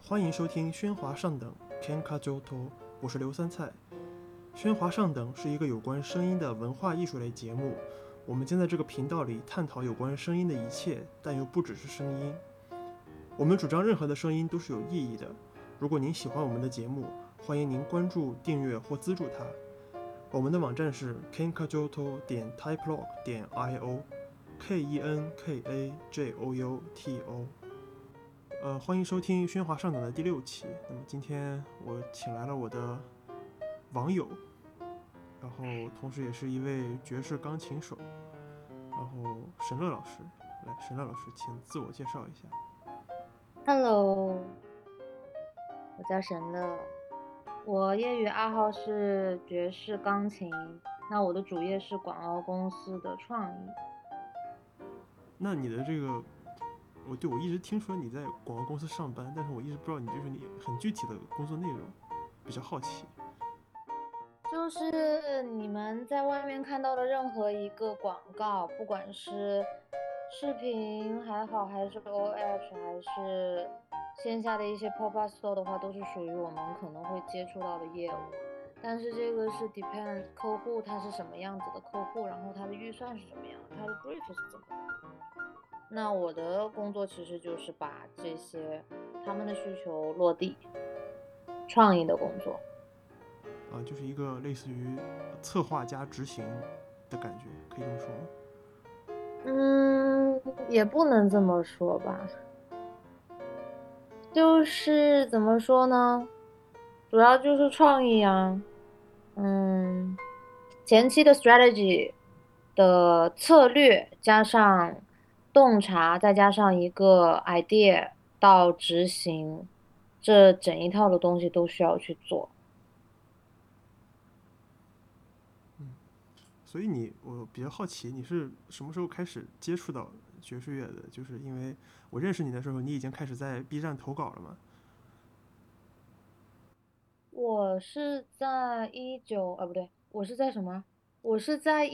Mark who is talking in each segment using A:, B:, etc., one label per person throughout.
A: 欢迎收听喧哗上等 Kenka Joto，我是刘三菜。喧哗上等是一个有关声音的文化艺术类节目，我们将在这个频道里探讨有关声音的一切，但又不只是声音。我们主张任何的声音都是有意义的。如果您喜欢我们的节目，欢迎您关注、订阅或资助它。我们的网站是 kenkajoto 点 typelog 点 io，kenkajoto。欢迎收听喧哗上等的第6期。那么今天我请来了我的网友，然后同时也是一位爵士钢琴手，然后沈乐老师。来，沈乐老师，请自我介绍一下。
B: Hello，我叫沈乐，我业余爱好是爵士钢琴，那我的主业是广告公司的创意。
A: 那你的这个，我一直听说你在广告公司上班，但是我一直不知道你很具体的工作内容，比较好奇。
B: 就是你们在外面看到的任何一个广告，不管是视频还好，还是 OH，还是线下的一些 pop-up store 的话，都是属于我们可能会接触到的业务。但是这个是 depend 客户他是什么样子的客户，然后他的预算是怎么样，他的 brief 是怎么样。那我的工作其实就是把这些他们的需求落地，创意的工作。
A: 就是一个类似于策划加执行的感觉，可以这么说吗？
B: 嗯，也不能这么说吧，就是怎么说呢？主要就是创意啊，嗯，前期的 strategy 的策略，加上洞察，再加上一个 idea 到执行，这整一套的东西都需要去做。
A: 所以我比较好奇，你是什么时候开始接触到爵士乐的？就是因为我认识你的时候，你已经开始在 B 站投稿了嘛？
B: 我是在不对，我是在什么？我是在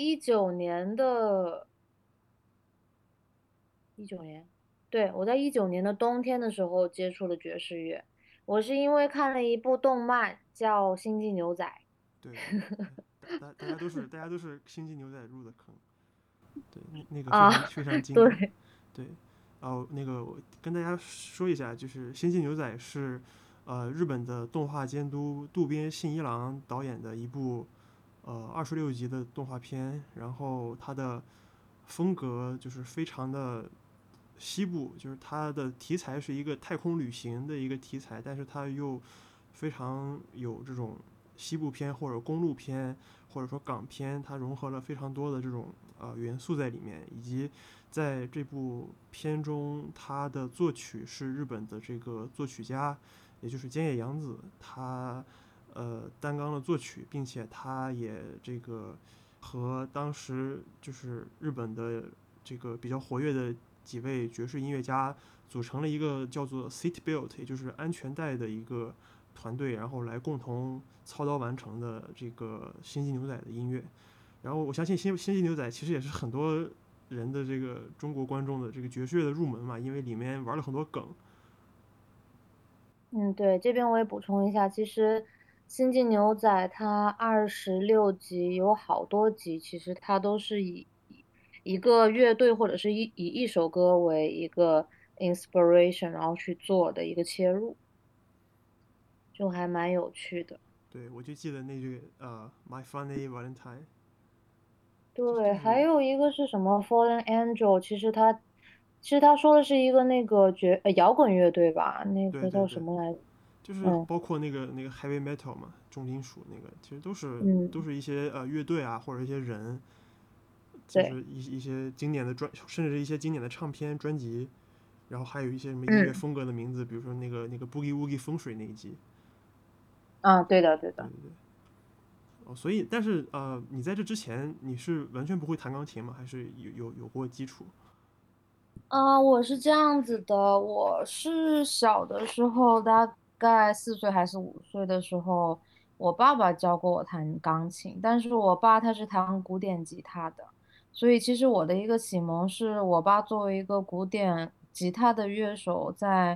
B: 19年，对，我在19年的冬天的时候接触了爵士乐。我是因为看了一部动漫叫《星际牛仔》。
A: 对对对，大家都是星际牛仔入的坑，对，那个非
B: 啊，
A: 常非常经典，
B: 对，
A: 对。然后那个我跟大家说一下，就是《星际牛仔》是日本的动画监督渡边信一郎导演的一部26集的动画片，然后它的风格就是非常的西部，就是它的题材是一个太空旅行的一个题材，但是它又非常有这种西部片或者公路片或者说港片，它融合了非常多的这种元素在里面，以及在这部片中，它的作曲是日本的这个作曲家，也就是菅野洋子，他担纲了作曲，并且他也这个和当时就是日本的这个比较活跃的几位爵士音乐家组成了一个叫做 Seat Belt，也就是安全带的一个团队，然后来共同操刀完成的这个星际牛仔的音乐。然后我相信星际牛仔其实也是很多人的这个中国观众的这个爵士乐的入门嘛，因为里面玩了很多梗。
B: 嗯，对，这边我也补充一下，其实《星际牛仔》它26集有好多集，其实它都是以一个乐队或者是以一首歌为一个 inspiration，然后去做的一个切入，就还蛮有趣的。
A: 对，我就记得那句My Funny Valentine，就
B: 对，还
A: 是
B: 有一个是什么 Fallen Angel，其实他说的是一个那个摇滚乐队吧，那个叫
A: 对对对，
B: 什么来着？
A: 就是
B: 嗯
A: 包括那个 heavy metal 嘛，重金属那个，其实都
B: 嗯，
A: 是一些乐队啊或者一些人，就
B: 对，
A: 是一些经典的甚至是一些经典的唱片专辑，然后还有一些什么音乐
B: 嗯
A: 风格的名字，比如说那个 Boogie Woogie 风水那一集。
B: 啊，对的对的。
A: 对对对。哦，所以但是你在这之前你是完全不会弹钢琴吗？还是有过基础？
B: 我是这样子的，我是小的时候，大概4岁还是5岁的时候，我爸爸教过我弹钢琴，但是我爸他是弹古典吉他的，所以其实我的一个启蒙是我爸作为一个古典吉他的乐手，在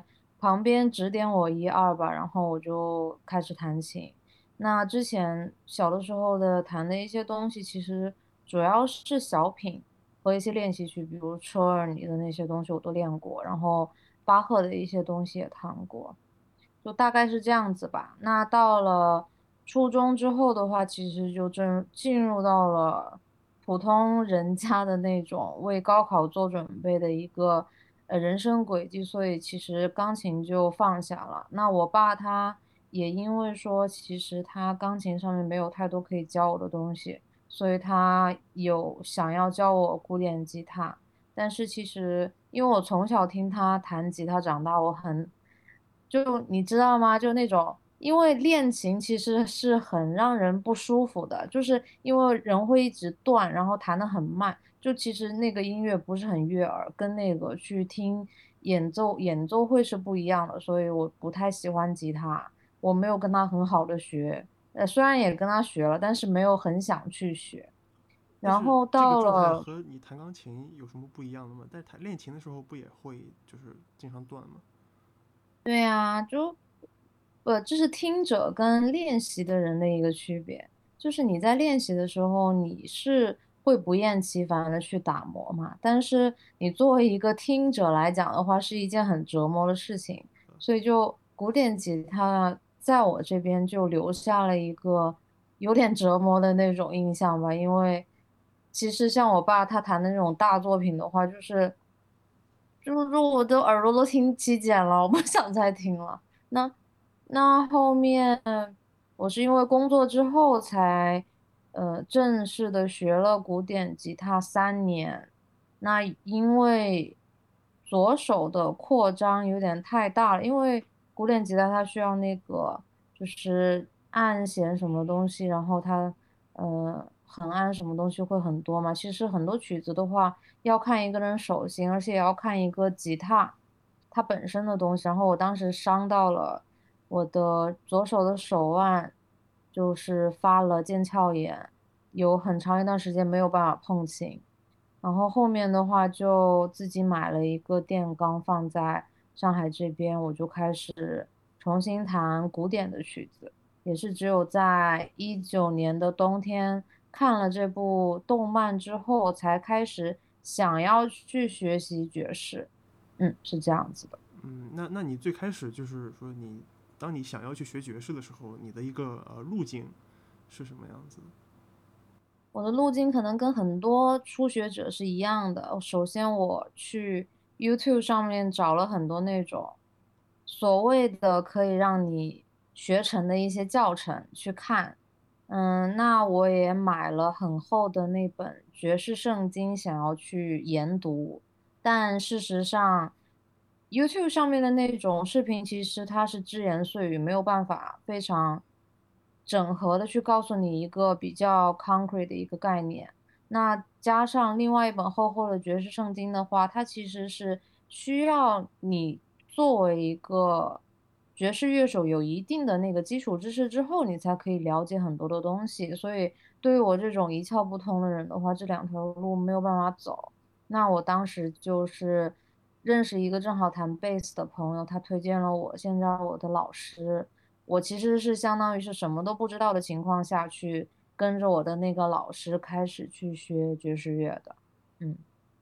B: 旁边指点我一二吧，然后我就开始弹琴。那之前小的时候的弹的一些东西，其实主要是小品和一些练习曲，比如车尔尼的那些东西我都练过，然后巴赫的一些东西也弹过。就大概是这样子吧。那到了初中之后的话，其实就正进入到了普通人家的那种为高考做准备的一个人生轨迹，所以其实钢琴就放下了。那我爸他也因为说，其实他钢琴上面没有太多可以教我的东西，所以他有想要教我古典吉他。但是其实因为我从小听他弹吉他长大，就你知道吗？就那种，因为练琴其实是很让人不舒服的，就是因为人会一直断，然后弹得很慢，就其实那个音乐不是很悦耳，跟那个去听演奏会是不一样的，所以我不太喜欢吉他，我没有跟他很好的学，虽然也跟他学了，但是没有很想去学。
A: 但是
B: 然后
A: 这个状态
B: 到了
A: 和你弹钢琴有什么不一样的吗？但是练琴的时候不也会就是经常断吗？
B: 对呀，这是听者跟练习的人的一个区别。就是你在练习的时候，你是会不厌其烦的去打磨嘛，但是你作为一个听者来讲的话，是一件很折磨的事情。所以就古典吉他在我这边就留下了一个有点折磨的那种印象吧，因为其实像我爸他弹的那种大作品的话，就是我的耳朵都听起茧了，我不想再听了。那后面我是因为工作之后才正式的学了古典吉他3年。那因为左手的扩张有点太大了，因为古典吉他它需要那个就是按弦什么东西，然后它横按什么东西会很多嘛。其实很多曲子的话要看一个人手型，而且也要看一个吉他它本身的东西。然后我当时伤到了我的左手的手腕，就是发了腱鞘炎，有很长一段时间没有办法碰琴。然后后面的话就自己买了一个电钢放在上海这边，我就开始重新弹古典的曲子，也是只有在19年的冬天看了这部动漫之后，才开始想要去学习爵士。是这样子的。
A: 嗯，那你最开始就是说当你想要去学爵士的时候，你的一个路径是什么样子的？
B: 我的路径可能跟很多初学者是一样的。首先，我去 YouTube 上面找了很多那种所谓的可以让你学成的一些教程去看。那我也买了很厚的那本爵士圣经，想要去研读。但事实上，YouTube 上面的那种视频，其实它是只言碎语，没有办法非常整合的去告诉你一个比较 concrete 的一个概念。那加上另外一本厚厚的爵士圣经的话，它其实是需要你作为一个爵士乐手有一定的那个基础知识之后，你才可以了解很多的东西。所以对于我这种一窍不通的人的话，这两条路没有办法走。那我当时就是认识一个正好弹贝斯的朋友，他推荐了我，现在我的老师。我其实是相当于是什么都不知道的情况下去跟着我的那个老师开始去学爵士乐的。嗯。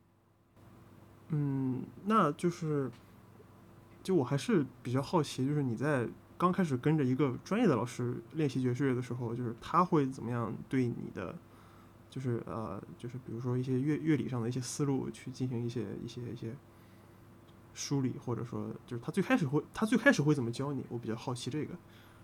A: 嗯，那就是就我还是比较好奇，就是你在刚开始跟着一个专业的老师练习爵士乐的时候，就是他会怎么样对你的，就是比如说一些乐理上的一些思路去进行一些梳理，或者说就是他最开始会怎么教你？我比较好奇这个。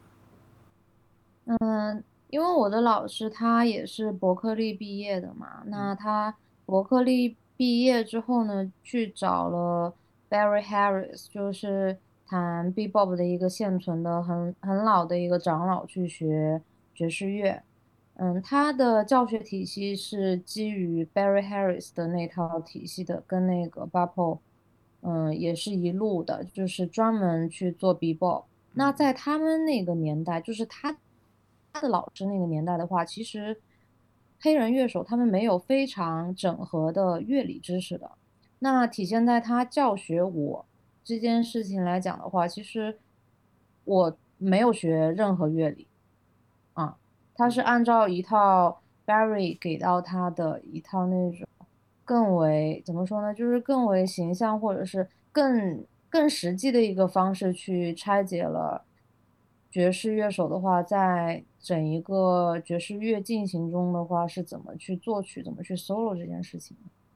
B: 嗯，因为我的老师他也是伯克利毕业的嘛，
A: 嗯
B: 那他伯克利毕业之后呢，去找了 Barry Harris，就是弹 bebop 的一个现存的很老的一个长老去学爵士乐。他的教学体系是基于 Barry Harris 的那套体系的，跟那个 Bappo，也是一路的，就是专门去做 bebop。那
A: 嗯
B: 在他们那个年代，就是他的老师那个年代的话，其实黑人乐手他们没有非常整合的乐理知识的。那体现在他教学我这件事情来讲的话，其实我没有学任何乐理啊，他是
A: 嗯
B: 按照一套 Barry 给到他的一套那种更为怎么说呢，就是更为形象或者是更实际的一个方式去拆解了爵士乐手的话，在整一个爵士乐进行中的话是怎么去作曲、怎么去 solo 这件事情。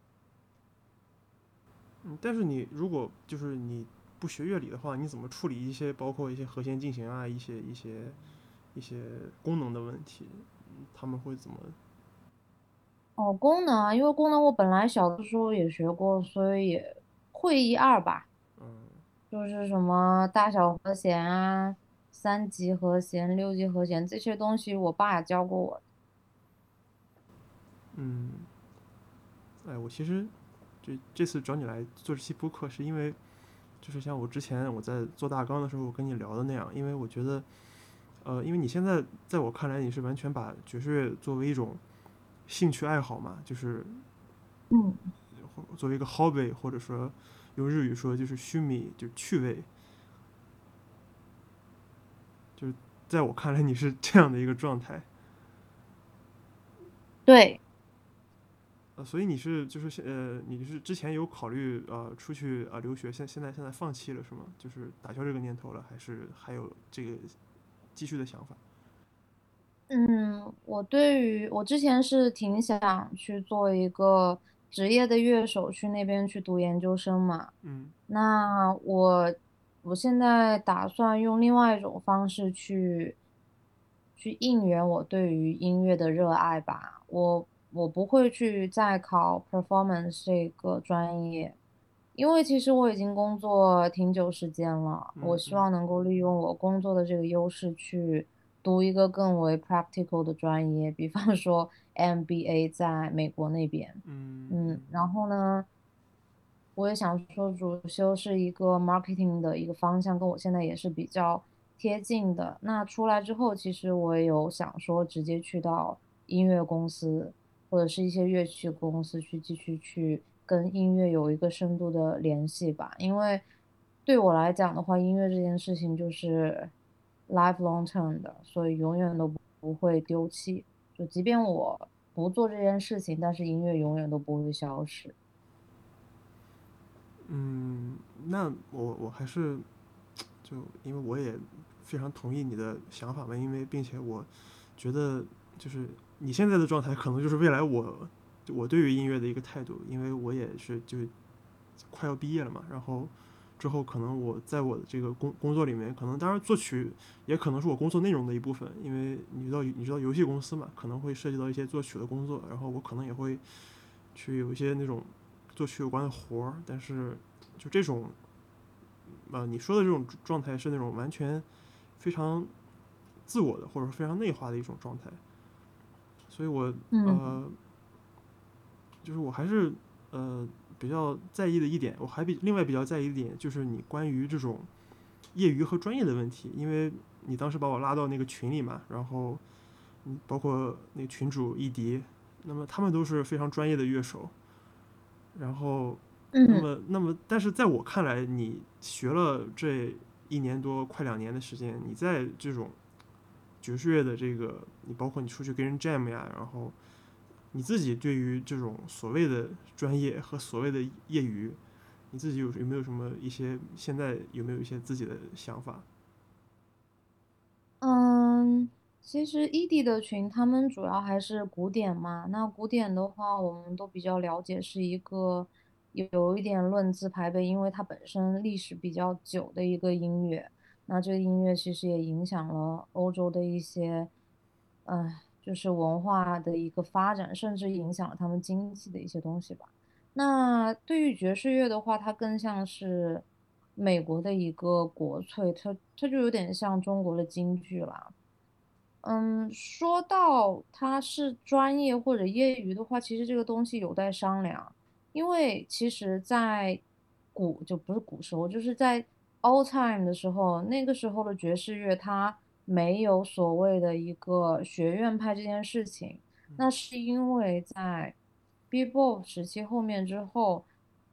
A: 嗯，但是你如果就是你不学乐理的话，你怎么处理一些包括一些和弦进行啊，一些功能的问题？他们会怎么？
B: 哦，功能啊，因为功能我本来小的时候也学过，所以也会一二吧。
A: 嗯
B: 就是什么大小和弦啊、三级和弦、六级和弦这些东西，我爸也教过我。
A: 嗯，哎，我其实这次找你来做这期播客，是因为就是像我之前我在做大纲的时候，我跟你聊的那样，因为我觉得，因为你现在在我看来，你是完全把爵士乐作为一种兴趣爱好嘛，就是
B: 嗯，
A: 作为一个 hobby，或者说用日语说就是虚米，就是趣味，就是在我看来你是这样的一个状态。
B: 对，
A: 所以你是就是你是之前有考虑出去留学，现在放弃了是吗？就是打消这个念头了，还是还有这个继续的想法？
B: 嗯，我对于我之前是挺想去做一个职业的乐手，去那边去读研究生嘛。
A: 嗯
B: 那我现在打算用另外一种方式去应援我对于音乐的热爱吧。我不会去再考 performance 这个专业，因为其实我已经工作挺久时间了，我
A: 嗯嗯
B: 希望能够利用我工作的这个优势去读一个更为 practical 的专业，比方说 MBA 在美国那边。
A: 嗯
B: 然后呢，我也想说主修是一个 marketing 的一个方向，跟我现在也是比较贴近的。那出来之后，其实我也有想说直接去到音乐公司或者是一些乐器公司去继续去跟音乐有一个深度的联系吧。因为对我来讲的话，音乐这件事情就是 lifelong term 的，所以永远都不会丢弃。就即便我不做这件事情，但是音乐永远都不会消失。
A: 嗯，那我还是就因为我也非常同意你的想法嘛，因为并且我觉得就是你现在的状态可能就是未来我对于音乐的一个态度，因为我也是就快要毕业了嘛，然后之后可能我在我的这个工作里面，可能当然作曲也可能是我工作内容的一部分，因为你知道游戏公司嘛，可能会涉及到一些作曲的工作，然后我可能也会去有一些那种作曲有关的活儿，但是就这种你说的这种状态是那种完全非常自我的或者非常内化的一种状态，所以我
B: 嗯
A: 就是我还是比较在意的一点，我还另外比较在意的一点就是你关于这种业余和专业的问题，因为你当时把我拉到那个群里嘛，然后包括那个群主易迪，那么他们都是非常专业的乐手，然后
B: 嗯。
A: 但是在我看来，你学了这1年多快2年的时间，你在这种爵士乐的这个，你包括你出去跟人 jam 呀，然后你自己对于这种所谓的专业和所谓的业余，你自己有没有什么一些现在有没有一些自己的想法？
B: 嗯，其实 ED 的群他们主要还是古典嘛。那古典的话，我们都比较了解，是一个有一点论资排辈，因为它本身历史比较久的一个音乐。那这个音乐其实也影响了欧洲的一些，就是文化的一个发展，甚至影响了他们经济的一些东西吧。那对于爵士乐的话，它更像是美国的一个国粹，它就有点像中国的京剧啦。说到它是专业或者业余的话，其实这个东西有待商量。因为其实，在就不是古时候，就是在 old time 的时候，那个时候的爵士乐它没有所谓的一个学院派这件事情。那是因为在 bebop 时期后面之后。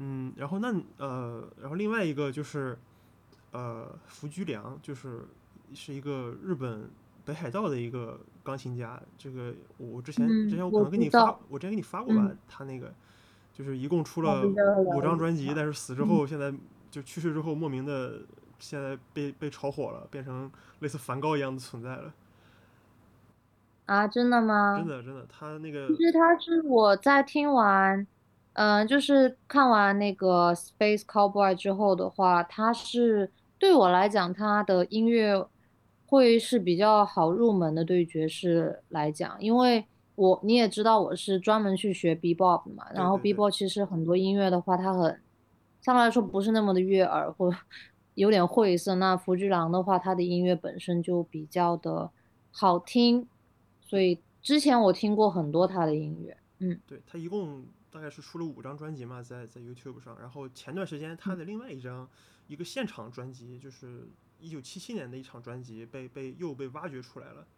A: 然后然后另外一个就是福居良，是一个日本北海道的一个钢琴家。这个我之前我可
B: 我
A: 能
B: 知道。
A: 我之前跟你发过吧，
B: 嗯，
A: 他那个就是一共出了
B: 我比较
A: 五
B: 了解
A: 张专辑，
B: 他。
A: 但是死之
B: 嗯。
A: 后现在就去世之后莫名的现在被炒火了，变成类似梵高一样的存在了。
B: 啊，真的吗？
A: 真的真的，他那
B: 其
A: 个
B: 实他是我在听完，就是看完那个《Space Cowboy》之后的话，他是对我来讲，他的音乐会是比较好入门的，对于爵士来讲，因为你也知道我是专门去学 Bebop 的嘛，然后
A: 对对对
B: Bebop 其实很多音乐的话，它相对来说不是那么的悦耳或有点晦涩。那福居郎的话，他的音乐本身就比较的好听。所
A: 对
B: 以之前我听过很多他的音乐。嗯。
A: 对，他一共大概是出了5张专辑嘛，在 YouTube 上。然后前段时间他
B: 嗯。
A: 的另外一个现场专辑，就是1977年的一场专辑又被挖掘出来了。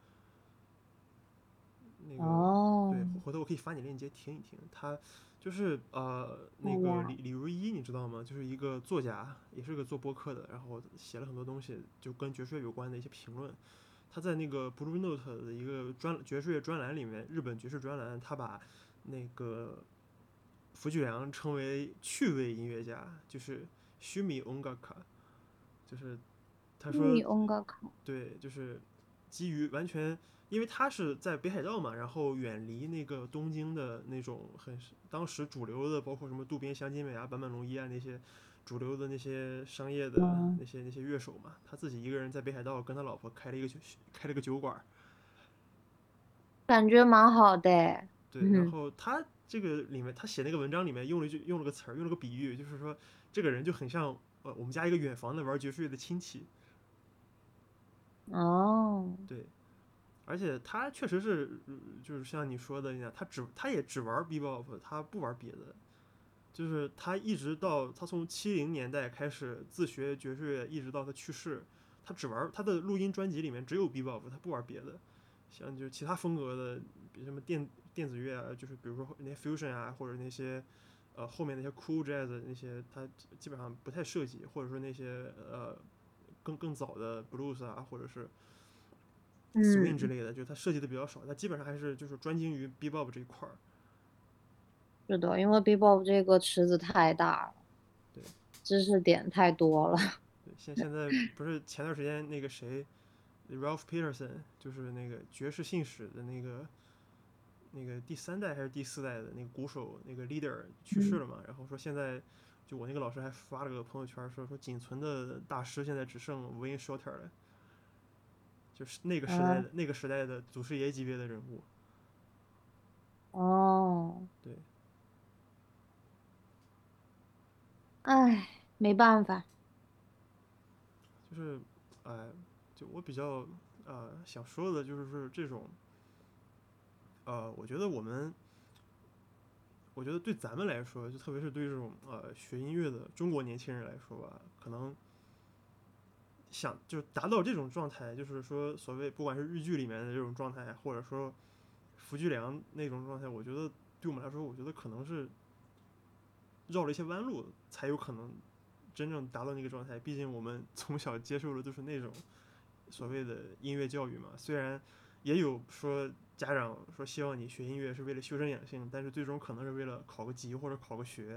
A: 那个
B: 哦。
A: 对，回头我可以发你链接听一听。他就是那个
B: 好呀。
A: 李如一，你知道吗？就是一个作家，也是个做播客的，然后写了很多东西，就跟爵士乐有关的一些评论。他在那个 Blue Note 的一个爵士乐专栏里面，日本爵士专栏，他把那个福居良称为趣味音乐家，就是虚米音楽家，就是他说
B: 玉米音乐卡。
A: 对，就是基于完全，因为他是在北海道嘛，然后远离那个东京的那种当时主流的，包括什么渡边香津美啊、坂本龙一啊那些主流的那些商业的
B: 嗯，
A: 那些乐手嘛，他自己一个人在北海道跟他老婆开了个酒馆。
B: 感觉蛮好的诶。
A: 对，然
B: 嗯。
A: 后他这个里面他写那个文章里面用了个词儿，用了个比喻，就是说这个人就很像我们家一个远房的玩爵士乐的亲戚。
B: 哦。
A: 对，而且他确实是，就是像你说的那样，他也只玩 bebop，他不玩别的。就是他一直到他从70年代开始自学爵士乐，一直到他去世，他只玩他的录音专辑里面只有 bebop，他不玩别的。像就是其他风格的，比什么电子乐啊，就是比如说那些 fusion 啊，或者那些后面那些 cool jazz 那些，他基本上不太涉及，或者说那些更早的 blues 啊，或者是 swing 之
B: 嗯。
A: 类的，就是他涉及的比较少，他基本上还是就是专精于 bebop 这一块儿。
B: 是的，因为 Bebop 这个池子太大了，
A: 对
B: 知识点太多了。
A: 对，现在不是前段时间那个谁 Ralph Peterson，就是那个爵士信使的那个第3代还是第4代的那个鼓手那个 leader 去世
B: 嗯。
A: 了嘛，然后说现在就我那个老师还发了个朋友圈说仅存的大师现在只剩 Wayne Shorter 了，就是
B: 嗯。
A: 那个时代的祖师爷级别的人物。
B: 哦。
A: 对，
B: 唉，没办法。
A: 就是就我比较想说的就是这种我觉得我觉得对咱们来说，就特别是对这种学音乐的中国年轻人来说吧，可能就是达到这种状态，就是说所谓不管是日剧里面的这种状态，或者说福居良那种状态，我觉得对我们来说，我觉得可能是绕了一些弯路，才有可能真正达到那个状态。毕竟我们从小接受的都是那种所谓的音乐教育嘛，虽然也有说家长说希望你学音乐是为了修身养性，但是最终可能是为了考个级或者考个学。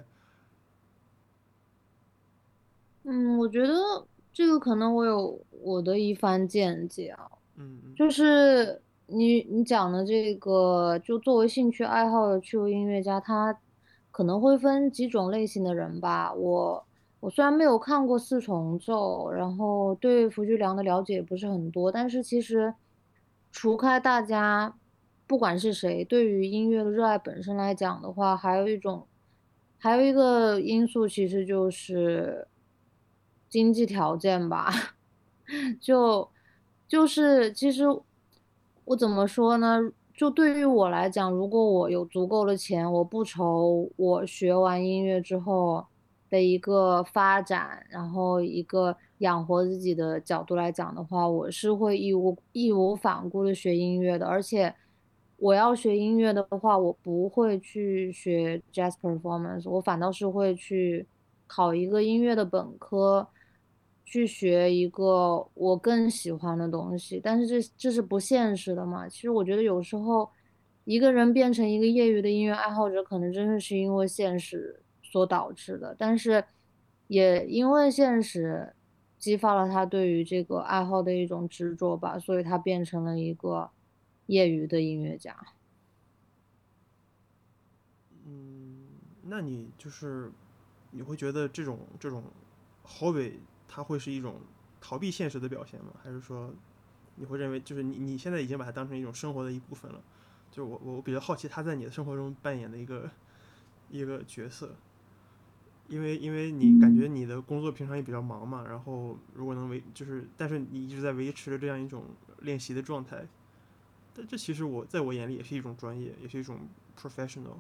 B: 嗯，我觉得这个可能我有我的一番见解啊。
A: 嗯嗯
B: 就是你讲的这个，就作为兴趣爱好的趣味音乐家，他可能会分几种类型的人吧。我虽然没有看过四重奏，然后对福居良的了解也不是很多，但是其实除开大家，不管是谁，对于音乐的热爱本身来讲的话，还有一个因素，其实就是经济条件吧。就其实我怎么说呢？就对于我来讲，如果我有足够的钱，我不愁我学完音乐之后的一个发展，然后一个养活自己的角度来讲的话，我是会义无反顾的学音乐的。而且我要学音乐的话，我不会去学 jazz performance，我反倒是会去考一个音乐的本科，去学一个我更喜欢的东西。但是这是不现实的嘛？其实我觉得有时候一个人变成一个业余的音乐爱好者，可能真的是因为现实所导致的。但是也因为现实激发了他对于这个爱好的一种执着吧，所以他变成了一个业余的音乐家。
A: 嗯，那你就是你会觉得这种 hobby 它会是一种逃避现实的表现吗？还是说你会认为就是你现在已经把它当成一种生活的一部分了？就是我比较好奇他在你的生活中扮演的一个角色，因为你感觉
B: 嗯
A: 你的工作平常也比较忙嘛，然后如果能就是但是你一直在维持着这样一种练习的状态，但这其实在我眼里也是一种专业，也是一种 professional。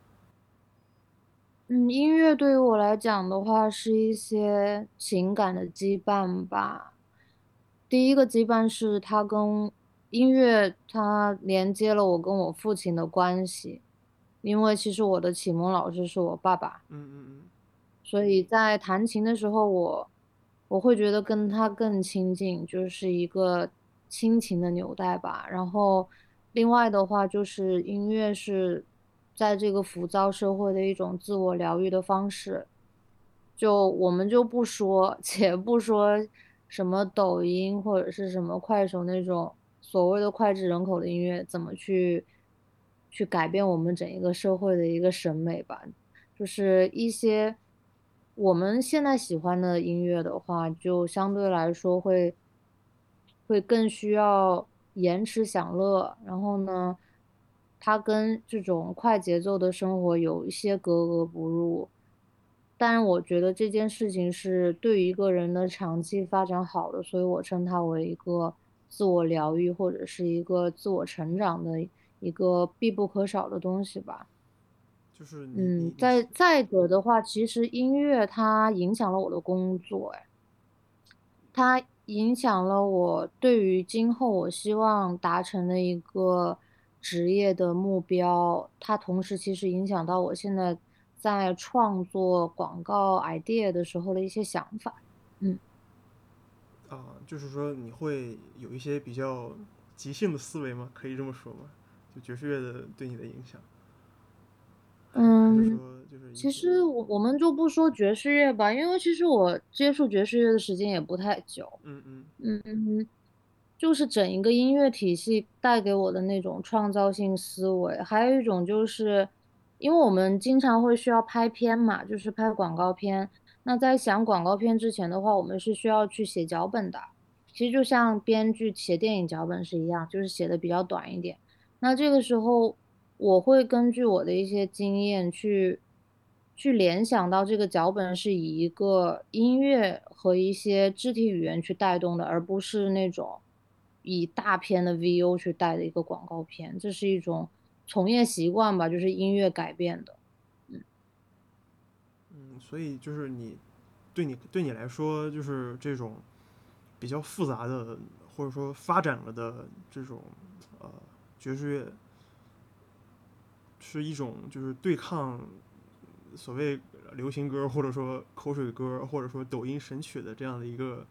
B: 嗯，音乐对于我来讲的话，是一些情感的羁绊吧。第一个羁绊是它跟音乐，它连接了我跟我父亲的关系，因为其实我的启蒙老师是我爸爸。
A: 嗯嗯
B: 所以在弹琴的时候，我会觉得跟他更亲近，就是一个亲情的纽带吧。然后另外的话，就是音乐是在这个浮躁社会的一种自我疗愈的方式。就我们就不说，且不说什么抖音或者是什么快手那种所谓的脍炙人口的音乐，怎么去改变我们整一个社会的一个审美吧。就是一些我们现在喜欢的音乐的话，就相对来说会更需要延迟享乐，然后呢，它跟这种快节奏的生活有一些格格不入。但我觉得这件事情是对于一个人的长期发展好的，所以我称它为一个自我疗愈或者是一个自我成长的一个必不可少的东西吧。
A: 就是你
B: 嗯，
A: 你你是
B: 再者的话，其实音乐它影响了我的工作，哎，它影响了我对于今后我希望达成的一个职业的目标，它同时其实影响到我现在在创作广告 idea 的时候的一些想法。嗯。
A: 就是说你会有一些比较即兴的思维吗？可以这么说吗？就爵士乐的对你的影响，还是
B: 嗯，
A: 说就是一些
B: 其实我们就不说爵士乐吧，因为其实我接触爵士乐的时间也不太久。
A: 嗯嗯
B: 嗯，就是整一个音乐体系带给我的那种创造性思维，还有一种就是，因为我们经常会需要拍片嘛，就是拍广告片。那在想广告片之前的话，我们是需要去写脚本的。其实就像编剧写电影脚本是一样，就是写的比较短一点。那这个时候，我会根据我的一些经验去联想到这个脚本是以一个音乐和一些肢体语言去带动的，而不是那种以大片的 VO 去带的一个广告片。这是一种从业习惯吧，就是音乐改变的。嗯。
A: 所以就是对你来说，就是这种比较复杂的或者说发展了的这种呃爵士乐，是一种就是对抗所谓流行歌或者说口水歌或者说抖音神曲的这样的一个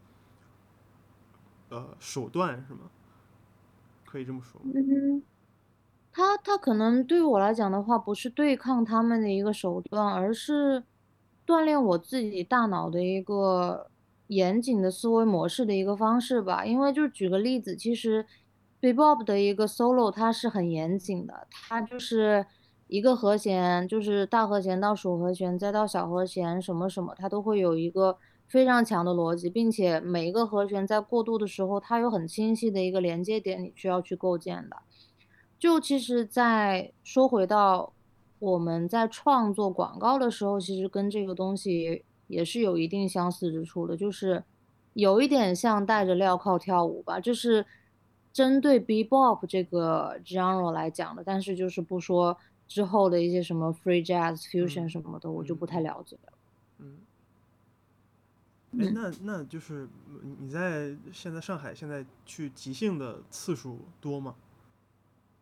A: 手段是吗？可以这么说吗？
B: 嗯，他可能对于我来讲的话，不是对抗他们的一个手段，而是锻炼我自己大脑的一个严谨的思维模式的一个方式吧。因为就举个例子，其实 bebop 的一个 solo 它是很严谨的，它就是一个和弦，就是大和弦到属和弦，再到小和弦什么什么，它都会有一个非常强的逻辑，并且每一个和弦在过渡的时候，它有很清晰的一个连接点，你需要去构建的。就其实再说回到我们在创作广告的时候，其实跟这个东西也是有一定相似之处的，就是有一点像带着镣铐跳舞吧，就是针对 Bebop 这个 genre 来讲的，但是就是不说之后的一些什么 Free Jazz、Fusion
A: 嗯
B: 什么的，我就不太
A: 嗯嗯
B: 了解了。
A: 嗯。哎，
B: 嗯。
A: 那就是你在现在上海现在去即兴的次数多吗？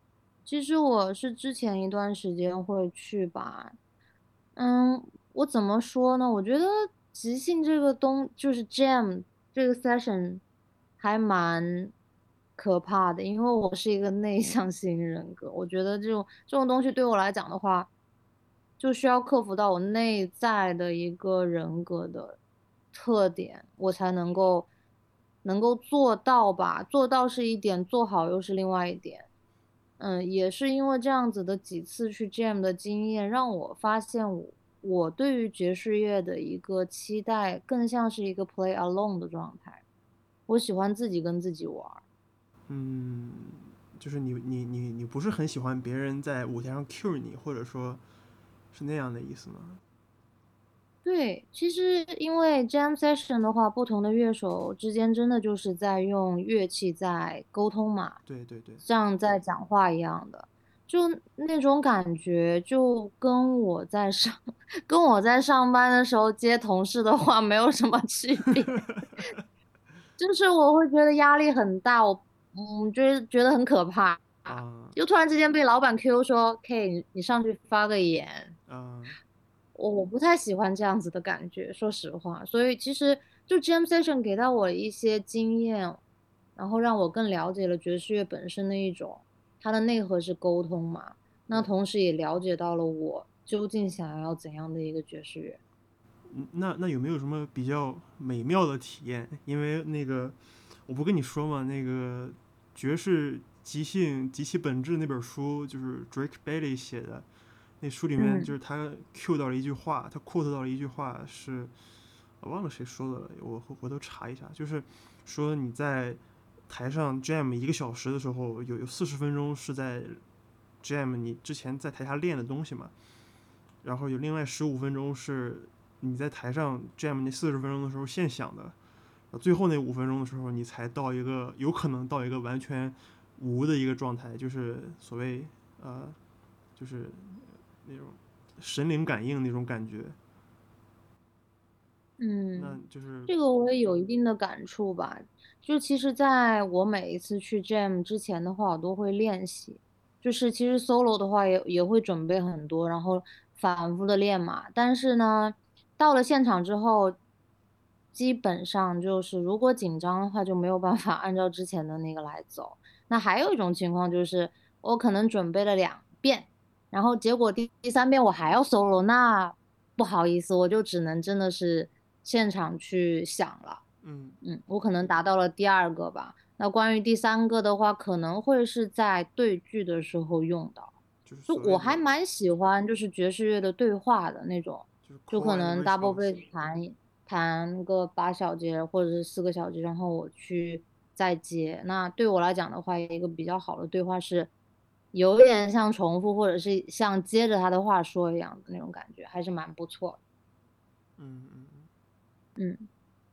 B: 其实我是之前一段时间会去吧，嗯，我怎么说呢？我觉得即兴这个就是 jam 这个 session 还蛮可怕的，因为我是一个内向型人格，我觉得这种东西对我来讲的话，就需要克服到我内在的一个人格的特点，我才能够做到吧。做到是一点，做好又是另外一点。也是因为这样子的几次去 jam 的经验，让我发现我对于爵士乐的一个期待，更像是一个 play alone 的状态。我喜欢自己跟自己玩儿。
A: 嗯，就是你不是很喜欢别人在舞台上 cue 你，或者说是那样的意思吗？
B: 对，其实因为 jam session 的话，不同的乐手之间真的就是在用乐器在沟通嘛，
A: 对对对。
B: 像在讲话一样的，就那种感觉，就跟我在上跟我在上班的时候接同事的话没有什么区别。就是我会觉得压力很大，觉得很可怕，
A: 啊
B: 就突然之间被老板 Q 说，K，你上去发个言，
A: 啊
B: 我不太喜欢这样子的感觉，说实话。所以其实就 Jam Session 给到我一些经验，然后让我更了解了爵士乐本身的一种，它的内核是沟通嘛，那
A: 对。
B: 同时也了解到了我究竟想要怎样的一个爵士乐。
A: 那有没有什么比较美妙的体验？因为那个我不跟你说嘛，那个爵士即兴及其本质那本书就是 Drake Bailey 写的，那书里面就
B: 嗯
A: 是他 Q 到了一句话，他 quote 到了一句话是，我忘了谁说的了，我回头查一下，就是说你在台上 jam 1个小时的时候，有40分钟是在 jam 你之前在台下练的东西嘛，然后有另外15分钟是你在台上 jam 那40分钟的时候现想的，最后那5分钟的时候，你才到一个有可能到一个完全无的一个状态，就是所谓就是那种神灵感应那种感觉。那
B: 嗯，
A: 就是
B: 这个我也有一定的感触吧。就其实，在我每一次去 jam 之前的话，我都会练习。就是其实 solo 的话也会准备很多，然后反复的练嘛。但是呢，到了现场之后，基本上就是如果紧张的话，就没有办法按照之前的那个来走。那还有一种情况就是，我可能准备了2遍，然后结果第三遍我还要 solo，那不好意思，我就只能真的是现场去想了。
A: 嗯，
B: 我可能达到了第2个吧。那关于第3个的话，可能会是在对句的时候用到。
A: 就是
B: 就
A: 所谓的
B: 我还蛮喜欢，就是爵士乐的对话的那种，
A: 就是
B: 就可
A: call and
B: 能 double
A: response。
B: bass 弹个8小节或者是4个小节，然后我去再接。那对我来讲的话，一个比较好的对话是，有点像重复，或者是像接着他的话说一样的那种感觉，还是蛮不错的。
A: 嗯，
B: 嗯，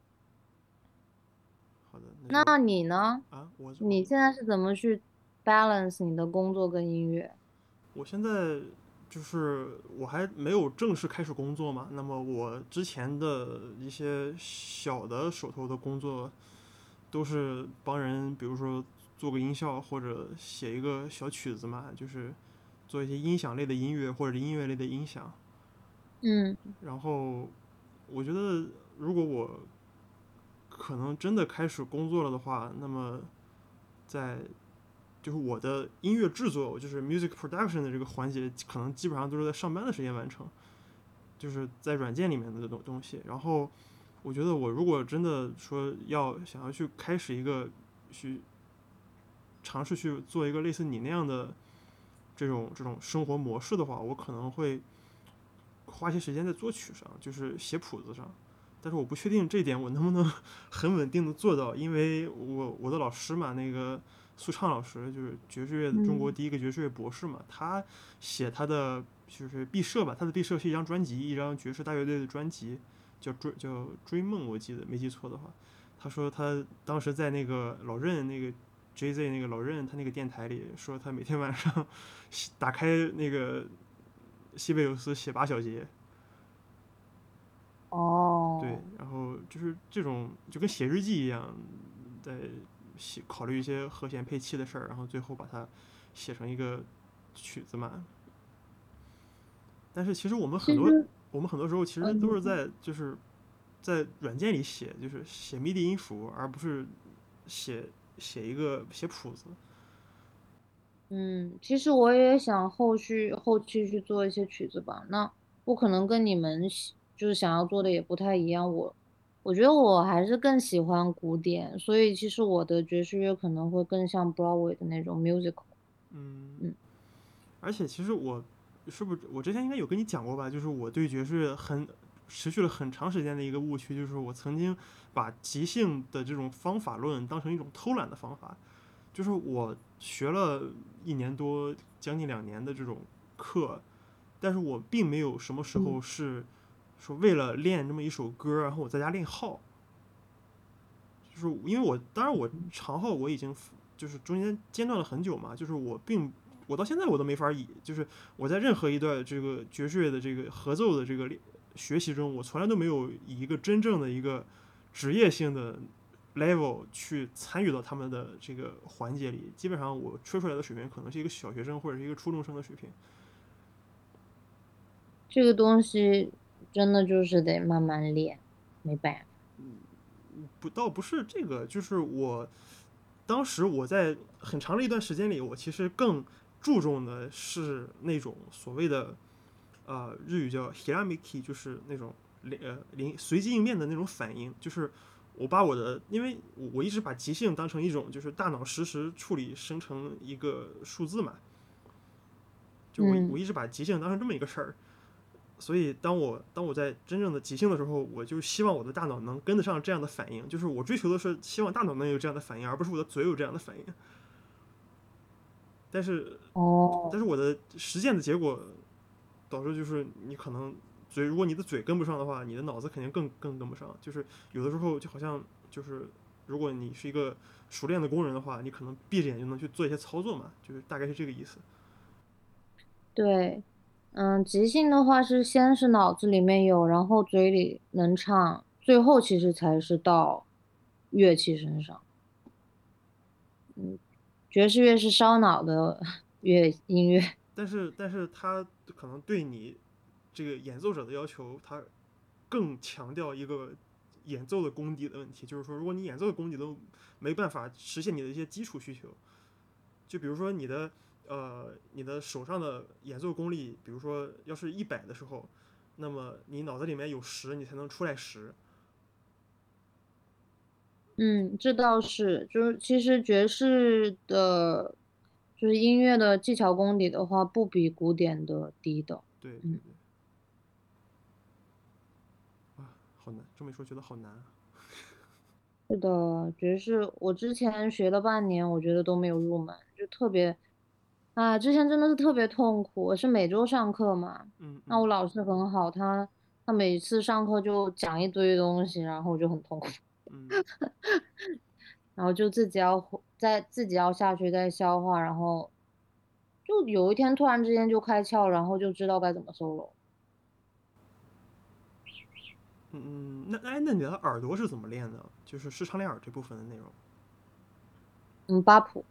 A: 好的，那就
B: 那你呢？
A: 我
B: 你现在是怎么去 balance 你的工作跟音乐？
A: 我现在就是我还没有正式开始工作嘛，那么我之前的一些小的手头的工作都是帮人，比如说做个音效或者写一个小曲子嘛，就是做一些音响类的音乐或者音乐类的音响。
B: 嗯
A: 然后我觉得，如果我可能真的开始工作了的话，那么在就是我的音乐制作，就是 music production 的这个环节，可能基本上都是在上班的时间完成，就是在软件里面的东西。然后我觉得，我如果真的说想要去开始一个去尝试去做一个类似你那样的这种生活模式的话，我可能会花些时间在作曲上，就是写谱子上。但是我不确定这一点我能不能很稳定的做到，因为我的老师嘛，那个苏畅老师就是爵士乐的中国
B: 嗯，
A: 第一个爵士乐博士嘛，他写他的就是毕设吧，他的毕设是一张专辑，一张爵士大乐队的专辑，叫追梦，我记得没记错的话，他说他当时在那个老任那个 JZ 那个老任他那个电台里说，他每天晚上打开那个西贝尤斯写8小节。对，
B: 哦，
A: 然后就是这种就跟写日记一样，在考虑一些和弦配器的事儿，然后最后把它写成一个曲子嘛。但是其实
B: 其实，
A: 我们很多时候其实都是在软件里写，就是写 MIDI 音符，而不是写写谱子。
B: 其实我也想后期去做一些曲子吧。那我可能跟你们就是想要做的也不太一样。我觉得我还是更喜欢古典，所以其实我的爵士乐可能会更像 Broadway 的那种 musical。
A: 嗯，
B: 嗯
A: 而且其实是不是我之前应该有跟你讲过吧？就是我对爵士持续了很长时间的一个误区，就是我曾经把即兴的这种方法论当成一种偷懒的方法。就是我学了1年多，将近2年的这种课，但是我并没有什么时
B: 嗯
A: 候是说为了练这么一首歌，然后我在家练号。就是因为当然我长号我已经就是中间间断了很久嘛，就是我到现在我都没法就是我在任何一段这个爵士乐的这个合奏的这个学习中，我从来都没有以一个真正的一个职业性的 level 去参与到他们的这个环节里。基本上我吹出来的水平可能是一个小学生或者是一个初中生的水平。
B: 这个东西真的就是得慢慢练，没办法。
A: 倒不是这个，就是当时我在很长的一段时间里，我其实更注重的是那种所谓的日语叫 hiramiki，就是那种随机应变的那种反应。就是我把因为我一直把即兴当成一种就是大脑实时处理生成一个数字嘛，就我
B: 嗯。
A: 一直把即兴当成这么一个事儿。所以当我在真正的即兴的时候，我就希望我的大脑能跟得上这样的反应，就是我追求的是希望大脑能有这样的反应，而不是我的嘴有这样的反应。但是
B: 哦。
A: 我的实践的结果导致就是你可能如果你的嘴跟不上的话，你的脑子肯定更跟不上。就是有的时候就好像就是如果你是一个熟练的工人的话，你可能闭着眼就能去做一些操作嘛，就是大概是这个意思。
B: 对，即兴的话是先是脑子里面有，然后嘴里能唱，最后其实才是到乐器身上。嗯，爵士乐是烧脑的音乐。
A: 但是它可能对你这个演奏者的要求，它更强调一个演奏的功底的问题。就是说，如果你演奏的功底都没办法实现你的一些基础需求，就比如说你的手上的演奏功力，比如说要是100的时候，那么你脑子里面有10，你才能出来10。
B: 嗯，这倒是，就是其实爵士的，就是音乐的技巧功底的话，不比古典的低的。嗯。
A: 对对对，啊，好难，这么一说觉得好难啊。
B: 是的，爵士我之前学了半年，我觉得都没有入门，就特别，之前真的是特别痛苦。我是每周上课嘛，
A: 嗯嗯
B: 那我老师很好，他每次上课就讲一堆东西，然后我就很痛苦，
A: 嗯
B: 然后就自己要下去再消化，然后就有一天突然之间就开窍，然后就知道该怎么 solo。
A: 那你的耳朵是怎么练的？就是视唱练耳这部分的内容。
B: 嗯，八谱。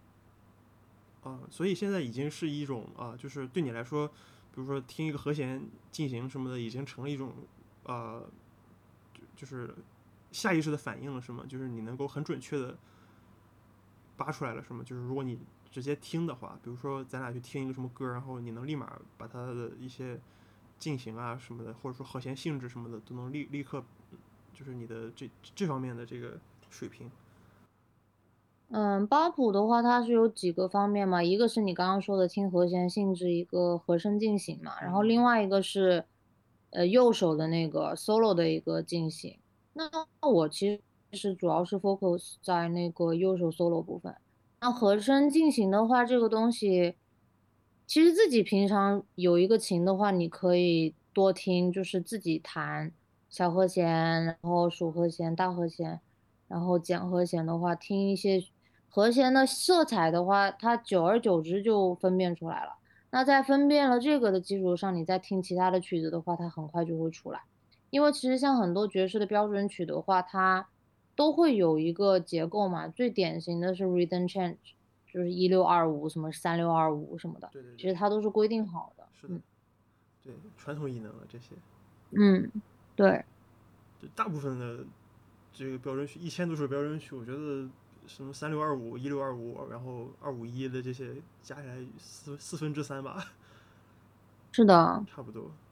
A: 所以现在已经是一种就是对你来说，比如说听一个和弦进行什么的，已经成了一种呃，就是下意识的反应了，是吗？就是你能够很准确的扒出来了，是吗？就是如果你直接听的话，比如说咱俩去听一个什么歌，然后你能立马把它的一些进行啊什么的，或者说和弦性质什么的，都能立刻，就是你的这方面的这个水平。
B: 嗯，八谱的话，它是有几个方面嘛，一个是你刚刚说的听和弦性质，一个和声进行嘛，然后另
A: 嗯
B: 外一个是，右手的那个 solo 的一个进行。那我其实主要是 focus 在那个右手 solo 部分。那和声进行的话，这个东西，其实自己平常有一个琴的话，你可以多听，就是自己弹小和弦，然后属和弦、大和弦。然后减和弦的话，听一些和弦的色彩的话，它久而久之就分辨出来了。那在分辨了这个的基础上，你再听其他的曲子的话，它很快就会出来。因为其实像很多爵士的标准曲的话，它都会有一个结构嘛，最典型的是 rhythm change， 就是1625什么3625什么的，
A: 对对对，
B: 其实它都是规定好的。
A: 是的，对，传统异能了这些，
B: 嗯，对。
A: 就大部分的这个标准曲1000多首标准曲，我觉得什么3625、1625，然后251的这些加起来4分之3吧，
B: 是的，
A: 差不多。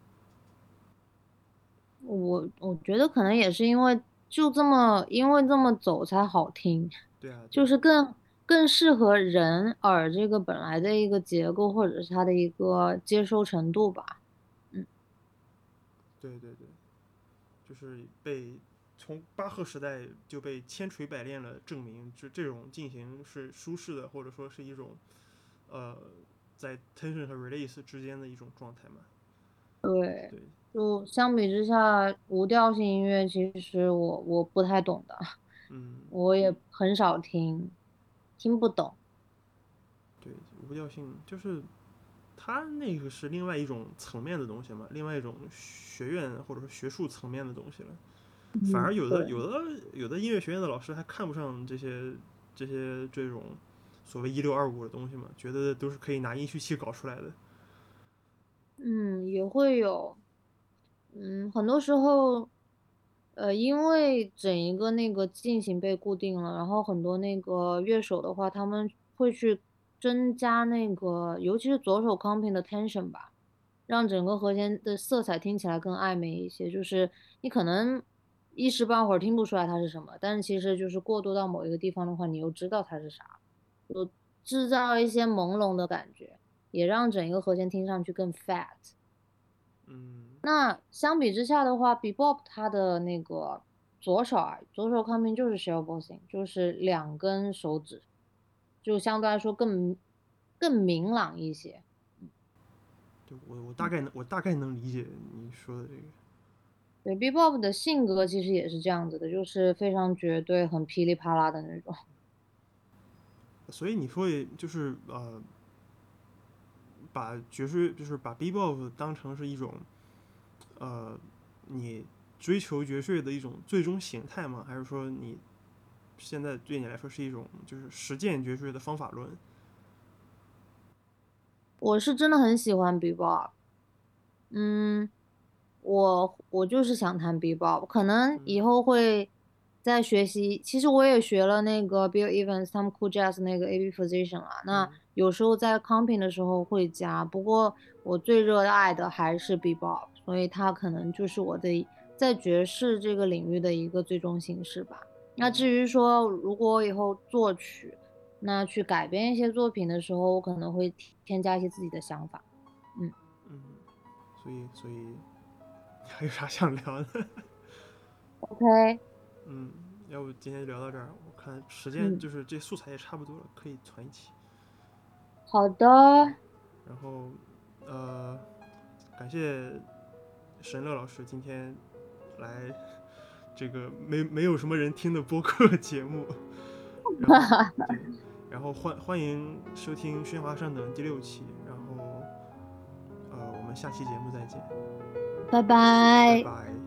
B: 我觉得可能也是因为因为这么走才好听，
A: 对啊，对啊，
B: 就是更适合人耳这个本来的一个结构或者是它的一个接受程度吧。嗯，
A: 对对对，就是从巴赫时代就被千锤百炼了，证明这种进行是舒适的，或者说是一种呃在 tension 和 release 之间的一种状态嘛。
B: 对，
A: 对，
B: 就相比之下，无调性音乐其实我不太懂的，
A: 嗯，
B: 我也很少听，听不懂。
A: 对，无调性就是它那个是另外一种层面的东西嘛，另外一种学院或者说学术层面的东西了。反
B: 嗯，
A: 而有的
B: 对。
A: 有的有的音乐学院的老师还看不上这种所谓1625的东西嘛，觉得都是可以拿音序器搞出来的。
B: 嗯，也会有。很多时候，因为整一个那个进行被固定了，然后很多那个乐手的话，他们会去增加那个，尤其是左手 comping 的 tension 吧，让整个和弦的色彩听起来更暧昧一些。就是你可能一时半会儿听不出来它是什么，但是其实就是过渡到某一个地方的话，你又知道它是啥，就制造一些朦胧的感觉，也让整一个和弦听上去更 fat。
A: 嗯，
B: 那相比之下的话，Bebop 它的那个左手抗病就是 shell bossing，就是2根手指，就相对来说更明朗一些。
A: 对我大概能理解你说的这个。
B: 对，Bebop 的性格其实也是这样子的，就是非常绝对、很噼里啪啦的那种。
A: 所以你会就是把爵士就是把 bebop 当成是一种你追求爵士的一种最终形态吗？还是说你现在对你来说是一种就是实践爵士的方法论？
B: 我是真的很喜欢 Bebop，嗯，我就是想弹 Bebop，可能以
A: 嗯
B: 后会再学习。其实我也学了那个 Bill Evans 他们 Cool Jazz 那个 AB Position 啦。那
A: 嗯
B: 有时候在 comping 的时候会加，不过我最热爱的还是 Bebop，所以它可能就是我的在爵士这个领域的一个最终形式吧。那
A: 嗯
B: 至于说如果我以后作曲，那去改编一些作品的时候，我可能会添加一些自己的想法。嗯
A: 嗯，所以还有啥想聊的？
B: ，OK。
A: 嗯，要不今天就聊到这儿，我看时间
B: 嗯。
A: 就是这素材也差不多了，可以传一起。
B: 好
A: 好，
B: 的。
A: 然后呃，感谢神乐老师今天来这个没有什么人听的播客节目，然后对，然后欢迎收听喧哗上等第6期，然后我们下期节目再见，
B: 拜拜。
A: 拜拜。